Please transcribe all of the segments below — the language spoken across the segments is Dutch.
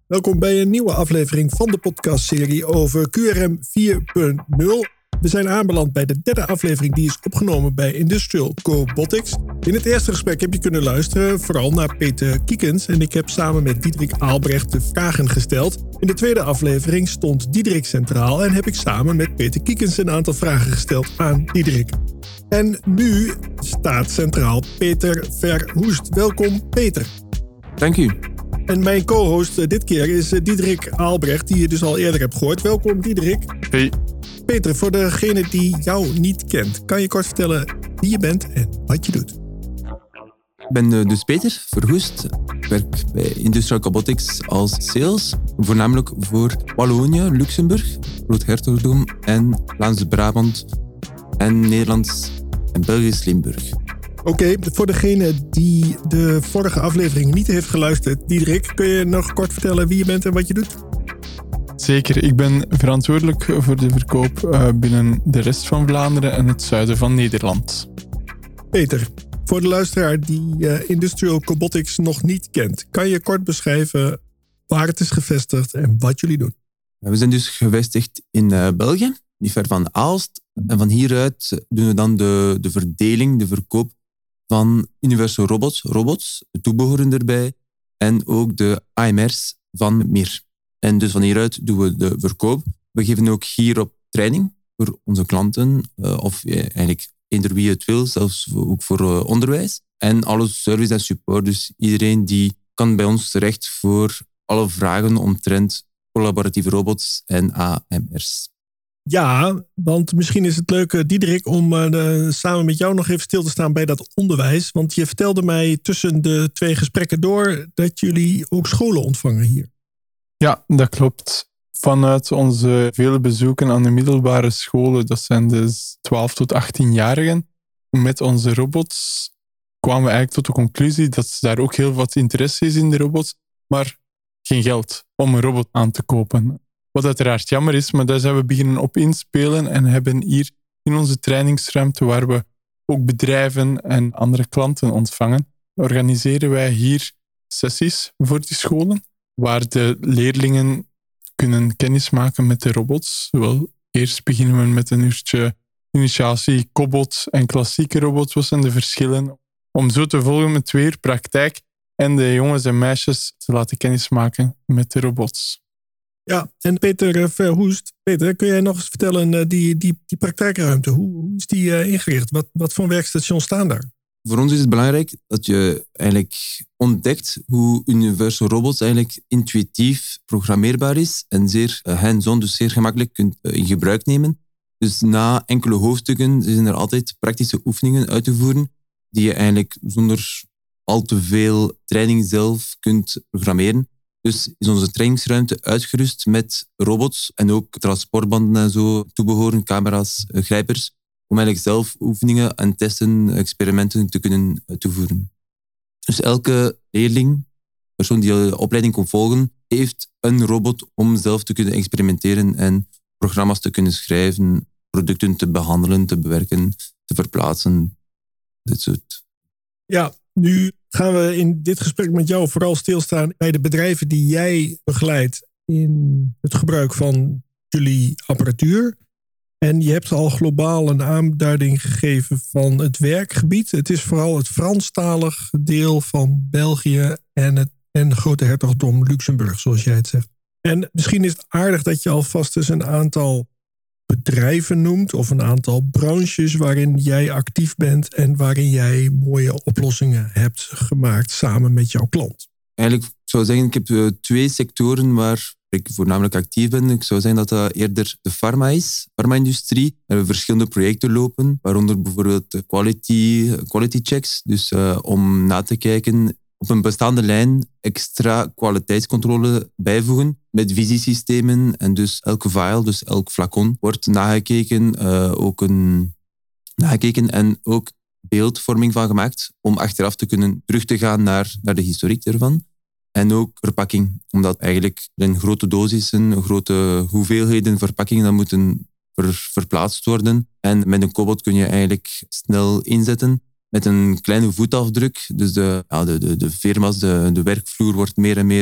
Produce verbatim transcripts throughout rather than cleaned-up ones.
Welkom bij een nieuwe aflevering van de podcastserie over Q R M vier punt nul. We zijn aanbeland bij de derde aflevering die is opgenomen bij Industrial Cobotics. In het eerste gesprek heb je kunnen luisteren vooral naar Peter Kiekens en ik heb samen met Diederik Aalbrecht de vragen gesteld. In de tweede aflevering stond Diederik centraal en heb ik samen met Peter Kiekens een aantal vragen gesteld aan Diederik. En nu staat centraal Peter Verhoest. Welkom Peter. Dank u. En mijn co-host dit keer is Diederik Aalbrecht, die je dus al eerder hebt gehoord. Welkom Diederik. Hey. Peter, voor degene die jou niet kent, kan je kort vertellen wie je bent en wat je doet? Ik ben dus Peter Verhoest. Ik werk bij Industrial Cobotics als sales, voornamelijk voor Wallonië, Luxemburg, Groot-Hertogdom en Vlaams-Brabant en Nederlands en Belgisch Limburg. Oké, okay, voor degene die de vorige aflevering niet heeft geluisterd, Diederik, kun je nog kort vertellen wie je bent en wat je doet? Zeker, ik ben verantwoordelijk voor de verkoop binnen de rest van Vlaanderen en het zuiden van Nederland. Peter, voor de luisteraar die uh, Industrial Cobotics nog niet kent, kan je kort beschrijven waar het is gevestigd en wat jullie doen? We zijn dus gevestigd in uh, België, niet ver van Aalst. En van hieruit doen we dan de, de verdeling, de verkoop van Universal Robots, robots, de toebehoren erbij en ook de A M R's van M I R. En dus van hieruit doen we de verkoop. We geven ook hierop training voor onze klanten, uh, of uh, eigenlijk eender wie het wil, zelfs ook voor uh, onderwijs. En alle service en support, dus iedereen die kan bij ons terecht voor alle vragen omtrent collaboratieve robots en A M R's. Ja, want misschien is het leuk, Diederik, om uh, de, samen met jou nog even stil te staan bij dat onderwijs. Want je vertelde mij tussen de twee gesprekken door dat jullie ook scholen ontvangen hier. Ja, dat klopt. Vanuit onze vele bezoeken aan de middelbare scholen, dat zijn de twaalf tot achttien-jarigen, met onze robots kwamen we eigenlijk tot de conclusie dat daar ook heel wat interesse is in de robots, maar geen geld om een robot aan te kopen. Wat uiteraard jammer is, maar daar zijn we beginnen op inspelen en hebben hier in onze trainingsruimte, waar we ook bedrijven en andere klanten ontvangen, organiseren wij hier sessies voor die scholen, waar de leerlingen kunnen kennismaken met de robots. Wel, eerst beginnen we met een uurtje initiatie, cobot en klassieke robots. Wat zijn de verschillen? Om zo te volgen met twee uur praktijk en de jongens en meisjes te laten kennismaken met de robots. Ja, en Peter Verhoest, Peter, kun jij nog eens vertellen, die, die, die praktijkruimte, hoe, hoe is die uh, ingericht? Wat, wat voor werkstations staan daar? Voor ons is het belangrijk dat je eigenlijk ontdekt hoe Universal Robots eigenlijk intuïtief programmeerbaar is en zeer hands-on, dus zeer gemakkelijk kunt in gebruik nemen. Dus na enkele hoofdstukken zijn er altijd praktische oefeningen uit te voeren die je eigenlijk zonder al te veel training zelf kunt programmeren. Dus is onze trainingsruimte uitgerust met robots en ook transportbanden en zo, toebehoren, camera's, grijpers, om eigenlijk zelf oefeningen en testen, experimenten te kunnen uitvoeren. Dus elke leerling, persoon die de opleiding kon volgen, heeft een robot om zelf te kunnen experimenteren en programma's te kunnen schrijven, producten te behandelen, te bewerken, te verplaatsen. Dit soort. Ja, nu gaan we in dit gesprek met jou vooral stilstaan bij de bedrijven die jij begeleidt in het gebruik van jullie apparatuur. En je hebt al globaal een aanduiding gegeven van het werkgebied. Het is vooral het Franstalig deel van België en het en Grote Hertogdom Luxemburg, zoals jij het zegt. En misschien is het aardig dat je alvast eens een aantal bedrijven noemt of een aantal branches waarin jij actief bent en waarin jij mooie oplossingen hebt gemaakt samen met jouw klant. Eigenlijk, ik zou zeggen, ik heb uh, twee sectoren waar ik voornamelijk actief ben. Ik zou zeggen dat dat eerder de pharma is, farma-industrie. We hebben verschillende projecten lopen, waaronder bijvoorbeeld de quality, quality checks. Dus uh, om na te kijken op een bestaande lijn extra kwaliteitscontrole bijvoegen met visiesystemen. En dus elke vial, dus elk flacon, wordt nagekeken, uh, ook een, nagekeken en ook beeldvorming van gemaakt om achteraf te kunnen terug te gaan naar, naar de historiek ervan. En ook verpakking, omdat eigenlijk in grote dosissen, grote hoeveelheden verpakkingen dan moeten ver, verplaatst worden. En met een cobot kun je eigenlijk snel inzetten met een kleine voetafdruk. Dus de, ja, de, de, de firma's, de, de werkvloer wordt meer en meer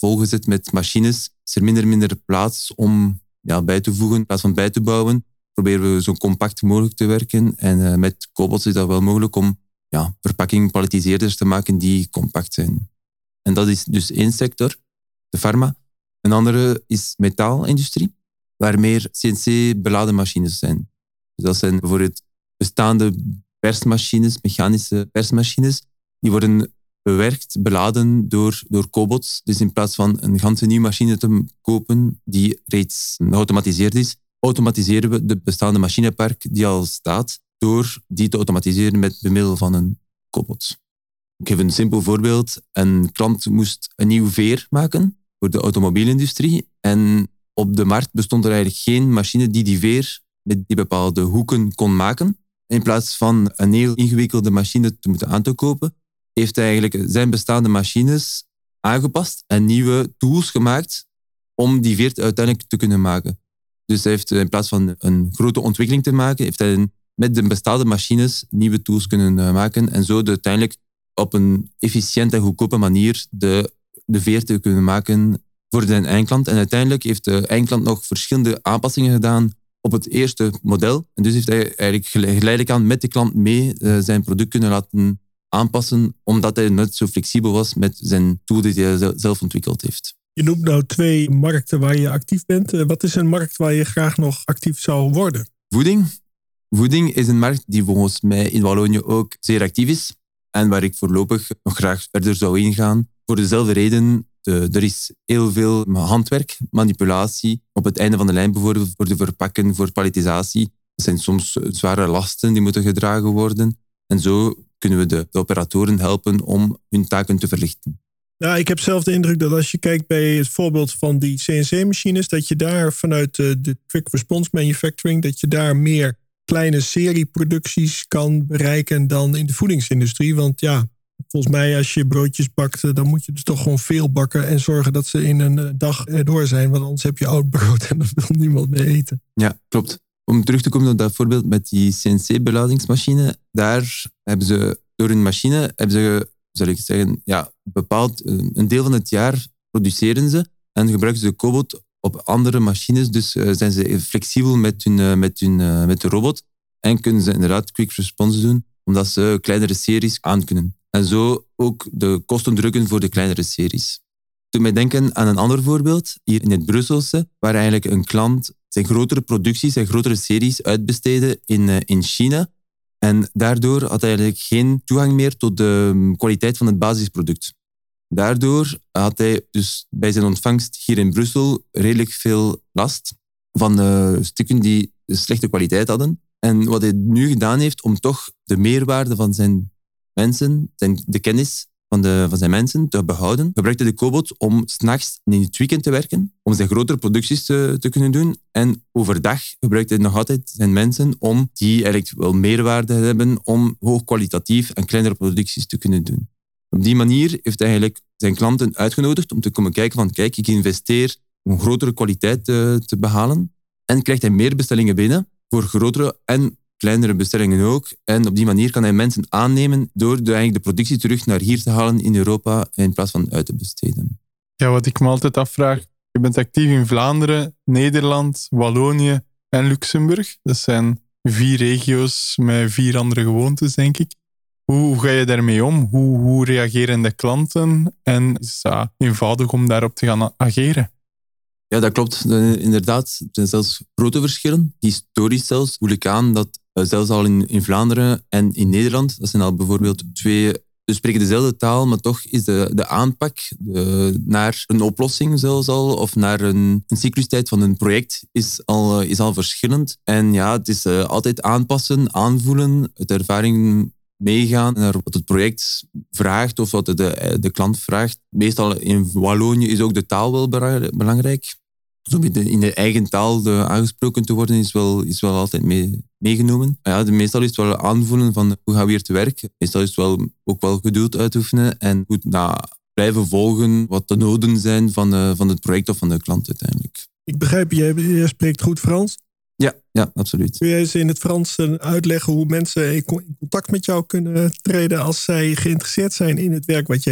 volgezet met machines, is er minder en minder plaats om ja, bij te voegen in plaats van bij te bouwen. Proberen we zo compact mogelijk te werken. En uh, met cobots is dat wel mogelijk om ja, verpakking palletiseerders te maken die compact zijn. En dat is dus één sector, de farma. Een andere is metaalindustrie, waar meer C N C-beladen machines zijn. Dus dat zijn bijvoorbeeld bestaande persmachines, mechanische persmachines, die worden bewerkt, beladen door, door cobots. Dus in plaats van een ganse nieuwe machine te kopen die reeds geautomatiseerd is, automatiseren we de bestaande machinepark die al staat, door die te automatiseren met middel van een cobot. Ik geef een simpel voorbeeld. Een klant moest een nieuw veer maken voor de automobielindustrie. En op de markt bestond er eigenlijk geen machine die die veer met die bepaalde hoeken kon maken. In plaats van een heel ingewikkelde machine te moeten aan te kopen, heeft hij eigenlijk zijn bestaande machines aangepast en nieuwe tools gemaakt om die veer uiteindelijk te kunnen maken. Dus hij heeft in plaats van een grote ontwikkeling te maken, heeft hij met de bestaande machines nieuwe tools kunnen maken en zo de uiteindelijk op een efficiënte en goedkope manier de, de veer te kunnen maken voor zijn eindklant. En uiteindelijk heeft de eindklant nog verschillende aanpassingen gedaan op het eerste model. En dus heeft hij eigenlijk geleidelijk aan met de klant mee zijn product kunnen laten aanpassen, omdat hij net zo flexibel was met zijn tool die hij zelf ontwikkeld heeft. Je noemt nou twee markten waar je actief bent. Wat is een markt waar je graag nog actief zou worden? Voeding. Voeding is een markt die volgens mij in Wallonië ook zeer actief is en waar ik voorlopig nog graag verder zou ingaan. Voor dezelfde reden, de, er is heel veel handwerk, manipulatie, op het einde van de lijn bijvoorbeeld voor de verpakken, voor palletisatie. Er zijn soms zware lasten die moeten gedragen worden. En zo kunnen we de, de operatoren helpen om hun taken te verlichten. Ja, ik heb zelf de indruk dat als je kijkt bij het voorbeeld van die C N C-machines, dat je daar vanuit de, de quick response manufacturing, dat je daar meer kleine serieproducties kan bereiken dan in de voedingsindustrie. Want ja, volgens mij als je broodjes bakt, dan moet je dus toch gewoon veel bakken en zorgen dat ze in een dag erdoor zijn. Want anders heb je oud brood en dat wil niemand meer eten. Ja, klopt. Om terug te komen op dat voorbeeld met die C N C-beladingsmachine, daar hebben ze door hun machine, hebben ze, zal ik zeggen, ja, bepaald een deel van het jaar produceren ze en gebruiken ze de cobot op andere machines. Dus uh, zijn ze flexibel met, hun, uh, met, hun, uh, met de robot en kunnen ze inderdaad quick response doen, omdat ze kleinere series aan kunnen. En zo ook de kosten drukken voor de kleinere series. Doe mij denken aan een ander voorbeeld, hier in het Brusselse, waar eigenlijk een klant zijn grotere producties, zijn grotere series uitbesteedde in, uh, in China. En daardoor had hij eigenlijk geen toegang meer tot de kwaliteit van het basisproduct. Daardoor had hij dus bij zijn ontvangst hier in Brussel redelijk veel last van uh, stukken die slechte kwaliteit hadden. En wat hij nu gedaan heeft om toch de meerwaarde van zijn mensen, zijn, de kennis van, de, van zijn mensen te behouden, gebruikte de cobot om 's nachts en in het weekend te werken, om zijn grotere producties te, te kunnen doen. En overdag gebruikte hij nog altijd zijn mensen om die eigenlijk wel meerwaarde hebben om hoogkwalitatief en kleinere producties te kunnen doen. Op die manier heeft hij eigenlijk zijn klanten uitgenodigd om te komen kijken van kijk, ik investeer om een grotere kwaliteit te, te behalen en krijgt hij meer bestellingen binnen voor grotere en kleinere bestellingen ook. En op die manier kan hij mensen aannemen door de, eigenlijk de productie terug naar hier te halen in Europa in plaats van uit te besteden. Ja, wat ik me altijd afvraag, je bent actief in Vlaanderen, Nederland, Wallonië en Luxemburg. Dat zijn vier regio's met vier andere gewoontes, denk ik. Hoe, hoe ga je daarmee om? Hoe, hoe reageren de klanten? En is het eenvoudig om daarop te gaan ageren? Ja, dat klopt. Inderdaad, er zijn zelfs grote verschillen. Historisch zelfs voel ik aan dat zelfs al in, in Vlaanderen en in Nederland, dat zijn al bijvoorbeeld twee, ze spreken dezelfde taal, maar toch is de, de aanpak de, naar een oplossing zelfs al, of naar een, een cyclustijd van een project, is al, is al verschillend. En ja, het is uh, altijd aanpassen, aanvoelen, het ervaring meegaan naar wat het project vraagt of wat de, de klant vraagt. Meestal in Wallonië is ook de taal wel belangrijk. Zo in de eigen taal de aangesproken te worden is wel, is wel altijd mee, meegenomen. Ja, de, meestal is het wel aanvoelen van hoe gaan we hier te werk. Meestal is het wel, ook wel geduld uitoefenen en goed nou, blijven volgen wat de noden zijn van, uh, van het project of van de klant uiteindelijk. Ik begrijp, jij, jij spreekt goed Frans. Ja, ja, absoluut. Kun jij eens in het Frans uitleggen hoe mensen in contact met jou kunnen treden als zij geïnteresseerd zijn in het werk wat jij doet?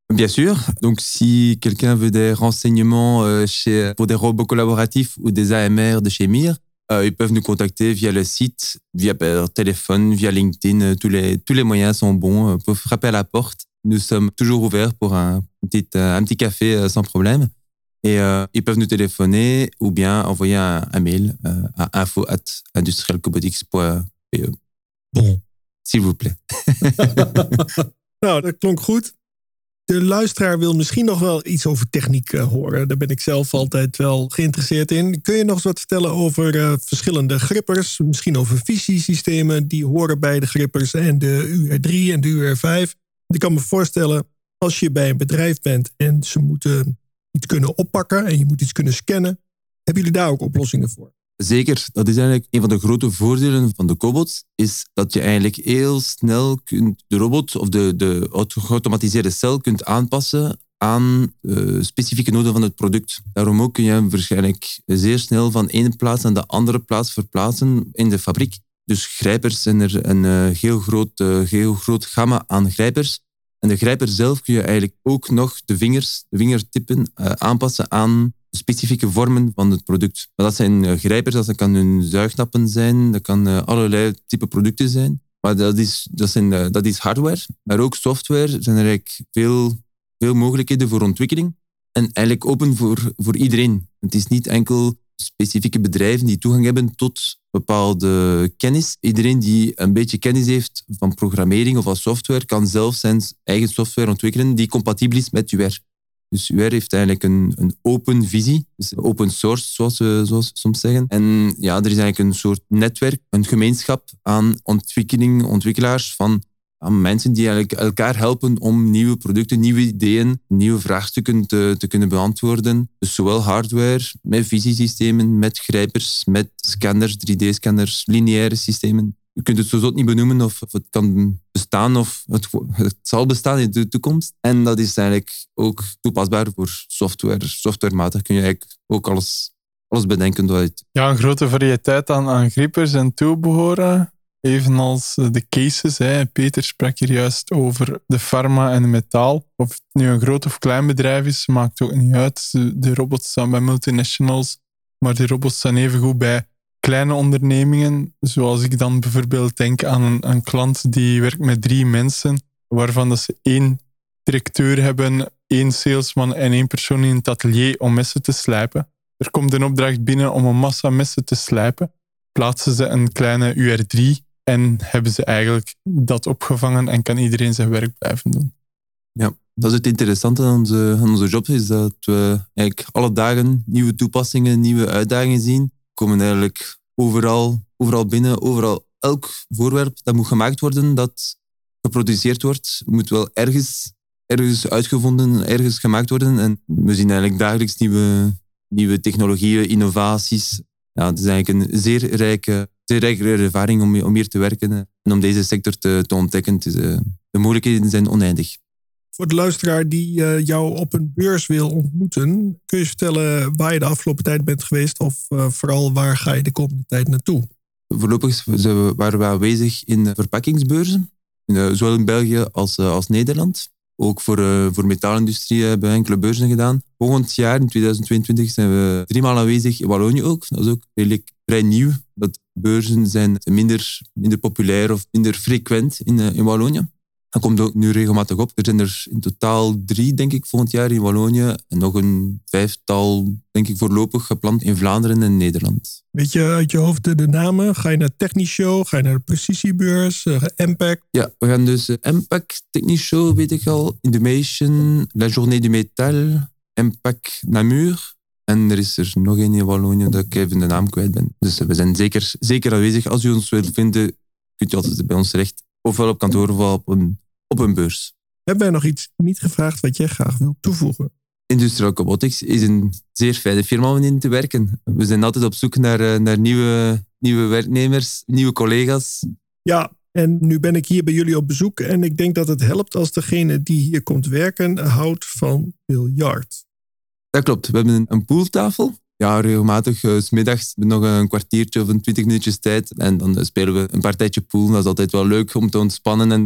Bien sûr. Donc, si quelqu'un veut des renseignements euh, chez, pour des robots collaboratifs ou des A M R de chez Mir, euh, ils peuvent nous contacter via le site, via par téléphone, via LinkedIn. Tous les, tous les moyens sont bons. Ils peuvent frapper à la porte. Nous sommes toujours ouverts pour un petit, un petit café euh, sans problème. Et euh, ils peuvent nous téléphoner ou bien envoyer un, un mail euh, à info at industrial cobotics point b e. Bon. S'il vous plaît. Nou, dat klonk goed. De luisteraar wil misschien nog wel iets over techniek uh, horen. Daar ben ik zelf altijd wel geïnteresseerd in. Kun je nog eens wat vertellen over uh, verschillende grippers? Misschien over visiesystemen die horen bij de grippers en de U R drie en de U R vijf. Ik kan me voorstellen, als je bij een bedrijf bent en ze moeten iets kunnen oppakken en je moet iets kunnen scannen, hebben jullie daar ook oplossingen voor? Zeker, dat is eigenlijk een van de grote voordelen van de cobots, is dat je eigenlijk heel snel kunt de robot of de, de geautomatiseerde cel kunt aanpassen aan uh, specifieke noden van het product. Daarom ook kun je hem waarschijnlijk zeer snel van ene plaats naar de andere plaats verplaatsen in de fabriek. Dus grijpers zijn er een uh, heel, groot, uh, heel groot gamma aan grijpers. En de grijper zelf kun je eigenlijk ook nog de vingers, de vingertippen uh, aanpassen aan specifieke vormen van het product. Maar dat zijn uh, grijpers, dat kan hun zuignappen zijn, dat kan uh, allerlei type producten zijn. Maar dat is, dat, zijn, uh, dat is hardware. Maar ook software zijn er eigenlijk veel, veel mogelijkheden voor ontwikkeling. En eigenlijk open voor, voor iedereen. Het is niet enkel specifieke bedrijven die toegang hebben tot bepaalde kennis. Iedereen die een beetje kennis heeft van programmering of van software kan zelf zijn eigen software ontwikkelen die compatibel is met U R. Dus U R heeft eigenlijk een, een open visie, dus open source, zoals we, zoals we soms zeggen. En ja, er is eigenlijk een soort netwerk, een gemeenschap aan ontwikkeling, ontwikkelaars van aan mensen die eigenlijk elkaar helpen om nieuwe producten, nieuwe ideeën, nieuwe vraagstukken te, te kunnen beantwoorden. Dus zowel hardware, met visiesystemen, met grijpers, met scanners, drie D-scanners, lineaire systemen. Je kunt het zo zot niet benoemen of het kan bestaan of het, het zal bestaan in de toekomst. En dat is eigenlijk ook toepasbaar voor software. Softwarematig kun je eigenlijk ook alles, alles bedenken. Uit. Ja, een grote variëteit aan, aan grippers en toebehoren. Evenals de cases. Hè. Peter sprak hier juist over de pharma en de metaal. Of het nu een groot of klein bedrijf is, maakt ook niet uit. De, de robots staan bij multinationals, maar de robots staan evengoed bij kleine ondernemingen. Zoals ik dan bijvoorbeeld denk aan een, een klant die werkt met drie mensen, waarvan dat ze één directeur hebben, één salesman en één persoon in het atelier om messen te slijpen. Er komt een opdracht binnen om een massa messen te slijpen. Plaatsen ze een kleine U R drie en hebben ze eigenlijk dat opgevangen en kan iedereen zijn werk blijven doen. Ja, dat is het interessante aan onze, aan onze job, is dat we eigenlijk alle dagen nieuwe toepassingen, nieuwe uitdagingen zien. We komen eigenlijk overal, overal binnen, overal. Elk voorwerp dat moet gemaakt worden, dat geproduceerd wordt, moet wel ergens, ergens uitgevonden, ergens gemaakt worden. En we zien eigenlijk dagelijks nieuwe, nieuwe technologieën, innovaties. Ja, het is eigenlijk een zeer rijke, zeer rijke ervaring om, om hier te werken en om deze sector te, te ontdekken. Het is, uh, de mogelijkheden zijn oneindig. Voor de luisteraar die uh, jou op een beurs wil ontmoeten, kun je vertellen waar je de afgelopen tijd bent geweest of uh, vooral waar ga je de komende tijd naartoe? Voorlopig waren we aanwezig in verpakkingsbeurzen, in, zowel in België als, uh, als Nederland. Ook voor, uh, voor metaalindustrie hebben we enkele beurzen gedaan. Volgend jaar, in tweeduizend tweeëntwintig, zijn we driemaal aanwezig in Wallonië ook. Dat is ook redelijk vrij nieuw. Dat beurzen zijn minder, minder populair of minder frequent in, uh, in Wallonië. Dat komt ook nu regelmatig op. Er zijn er in totaal drie, denk ik, volgend jaar in Wallonië. En nog een vijftal, denk ik, voorlopig gepland in Vlaanderen en Nederland. Weet je uit je hoofd de, de namen? Ga je naar Technishow? Ga je naar de Precisiebeurs? Uh, M P A C? Ja, we gaan dus uh, M P A C, Technishow, weet ik al. Indumation, La Journée du Métal, M P A C Namur. En er is er nog één in Wallonië dat ik even de naam kwijt ben. Dus uh, we zijn zeker, zeker aanwezig. Als u ons wilt vinden, kunt u altijd bij ons terecht. Ofwel op kantoor of op een op een beurs. Hebben wij nog iets niet gevraagd wat jij graag wilt toevoegen? Industrial Cobotics is een zeer fijne firma om in te werken. We zijn altijd op zoek naar, naar nieuwe, nieuwe werknemers, nieuwe collega's. Ja, en nu ben ik hier bij jullie op bezoek en ik denk dat het helpt als degene die hier komt werken houdt van biljart. Dat klopt. We hebben een pooltafel. Ja, regelmatig, uh, 's middags nog een kwartiertje of een twintig minuutjes tijd. En dan spelen we een partijtje pool. Dat is altijd wel leuk om te ontspannen en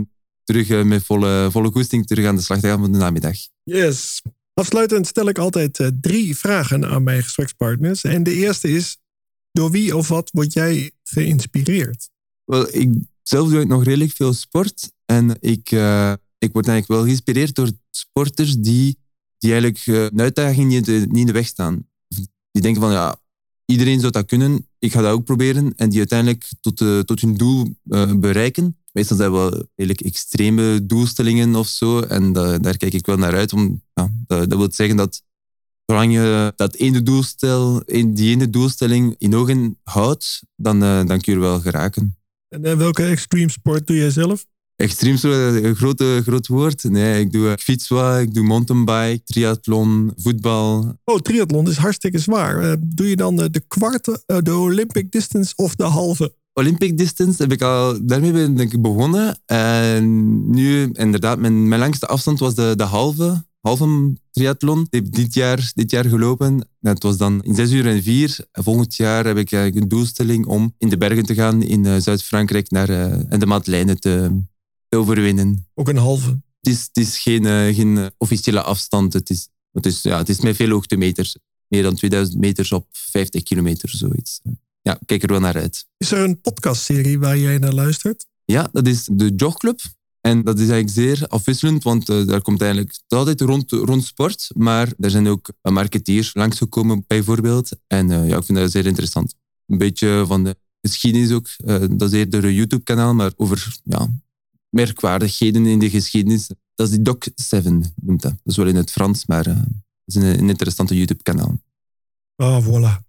terug uh, met volle, volle goesting terug aan de slag te gaan van de namiddag. Yes. Afsluitend stel ik altijd uh, drie vragen aan mijn gesprekspartners. En de eerste is, door wie of wat word jij geïnspireerd? Wel, ik zelf doe ik nog redelijk veel sport. En ik, uh, ik word eigenlijk wel geïnspireerd door sporters die, die eigenlijk uh, een uitdaging niet, niet in de weg staan. Die denken van, ja, iedereen zou dat kunnen. Ik ga dat ook proberen. En die uiteindelijk tot, uh, tot hun doel uh, bereiken. Meestal zijn wel redelijk extreme doelstellingen of zo. En da, daar kijk ik wel naar uit. Om, ja, dat, dat wil zeggen dat zolang je dat ene doelstel, die ene doelstelling in ogen houdt, dan, uh, dan kun je er wel geraken. En uh, welke extreme sport doe jij zelf? Extreem is een groot, groot woord. Nee, ik doe ik fiets wat, ik doe mountainbike, triathlon, voetbal. Oh, triathlon is hartstikke zwaar. Uh, doe je dan de kwarte, uh, de Olympic distance of de halve? Olympic distance heb ik al, daarmee ben ik begonnen. En nu, inderdaad, mijn, mijn langste afstand was de, de halve, halve triathlon. Ik heb dit jaar, dit jaar gelopen. Het was dan in zes uur en vier. Volgend jaar heb ik een doelstelling om in de bergen te gaan in uh, Zuid-Frankrijk naar, uh, en de Madeleine te, te overwinnen. Ook een halve? Het is, het is geen, uh, geen officiële afstand. Het is, het is, ja, het is met veel hoogtemeters. Meer dan tweeduizend meters op vijftig kilometer, zoiets. Ja, kijk er wel naar uit. Is er een podcastserie waar jij naar luistert? Ja, dat is de Jogclub. En dat is eigenlijk zeer afwisselend, want uh, daar komt eigenlijk het is altijd rond, rond sport. Maar er zijn ook marketeers langsgekomen, bijvoorbeeld. En uh, ja, ik vind dat zeer interessant. Een beetje van de geschiedenis ook. Uh, dat is eerder een YouTube-kanaal, maar over ja, merkwaardigheden in de geschiedenis. Dat is die Doc zeven, noemt dat. Dat is wel in het Frans, maar uh, dat is een, een interessante YouTube-kanaal. Ah, oh, voilà.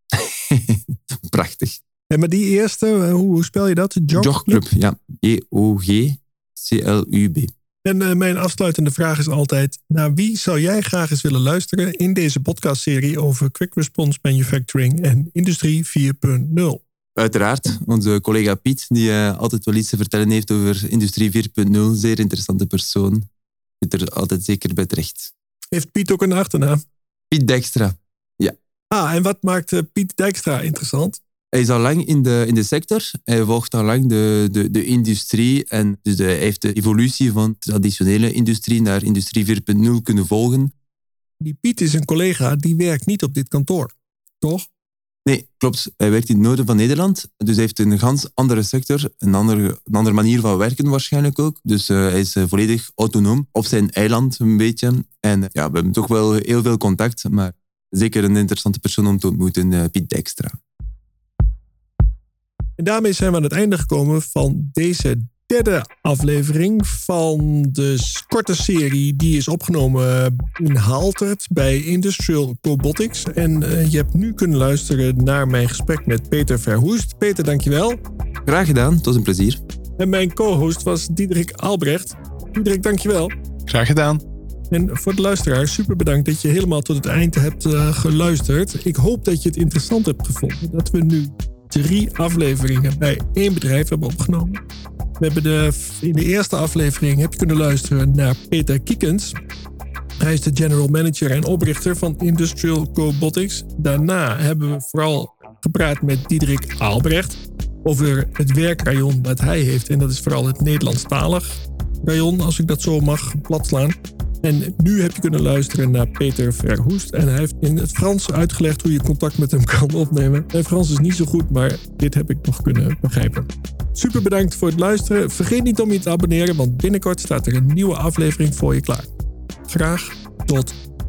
Prachtig. Ja, maar die eerste, hoe, hoe spel je dat? Jogclub? Jogclub, ja. J O G C L U B. En uh, mijn afsluitende vraag is altijd, naar wie zou jij graag eens willen luisteren in deze podcastserie over Quick Response Manufacturing en Industrie vier punt nul? Uiteraard, onze collega Piet, die uh, altijd wel iets te vertellen heeft over Industrie vier punt nul. Zeer interessante persoon. Zit er altijd zeker bij terecht. Heeft Piet ook een achternaam? Piet Dijkstra, ja. Ah, en wat maakt uh, Piet Dijkstra interessant? Hij is al lang in de, in de sector. Hij volgt al lang de, de, de industrie. En dus de, hij heeft de evolutie van traditionele industrie naar Industrie vier punt nul kunnen volgen. Die Piet is een collega die werkt niet op dit kantoor, toch? Nee, klopt. Hij werkt in het noorden van Nederland. Dus hij heeft een ganz andere sector. Een andere, een andere manier van werken waarschijnlijk ook. Dus uh, hij is uh, volledig autonoom. Op zijn eiland een beetje. En uh, ja, we hebben toch wel heel veel contact. Maar zeker een interessante persoon om te ontmoeten, uh, Piet Dijkstra. En daarmee zijn we aan het einde gekomen van deze derde aflevering van de korte serie die is opgenomen in Haltert bij Industrial Cobotics. En uh, je hebt nu kunnen luisteren naar mijn gesprek met Peter Verhoest. Peter, dankjewel. Graag gedaan, het was een plezier. En mijn co-host was Diederik Albrecht. Diederik, dankjewel. Graag gedaan. En voor de luisteraar, super bedankt dat je helemaal tot het eind hebt uh, geluisterd. Ik hoop dat je het interessant hebt gevonden dat we nu drie afleveringen bij één bedrijf hebben opgenomen. We hebben de, in de eerste aflevering heb je kunnen luisteren naar Peter Kiekens. Hij is de general manager en oprichter van Industrial Cobotics. Daarna hebben we vooral gepraat met Diederik Albrecht over het werkrayon dat hij heeft. En dat is vooral het Nederlandstalig rayon, als ik dat zo mag platslaan. En nu heb je kunnen luisteren naar Peter Verhoest. En hij heeft in het Frans uitgelegd hoe je contact met hem kan opnemen. Mijn Frans is niet zo goed, maar dit heb ik nog kunnen begrijpen. Super bedankt voor het luisteren. Vergeet niet om je te abonneren, want binnenkort staat er een nieuwe aflevering voor je klaar. Graag tot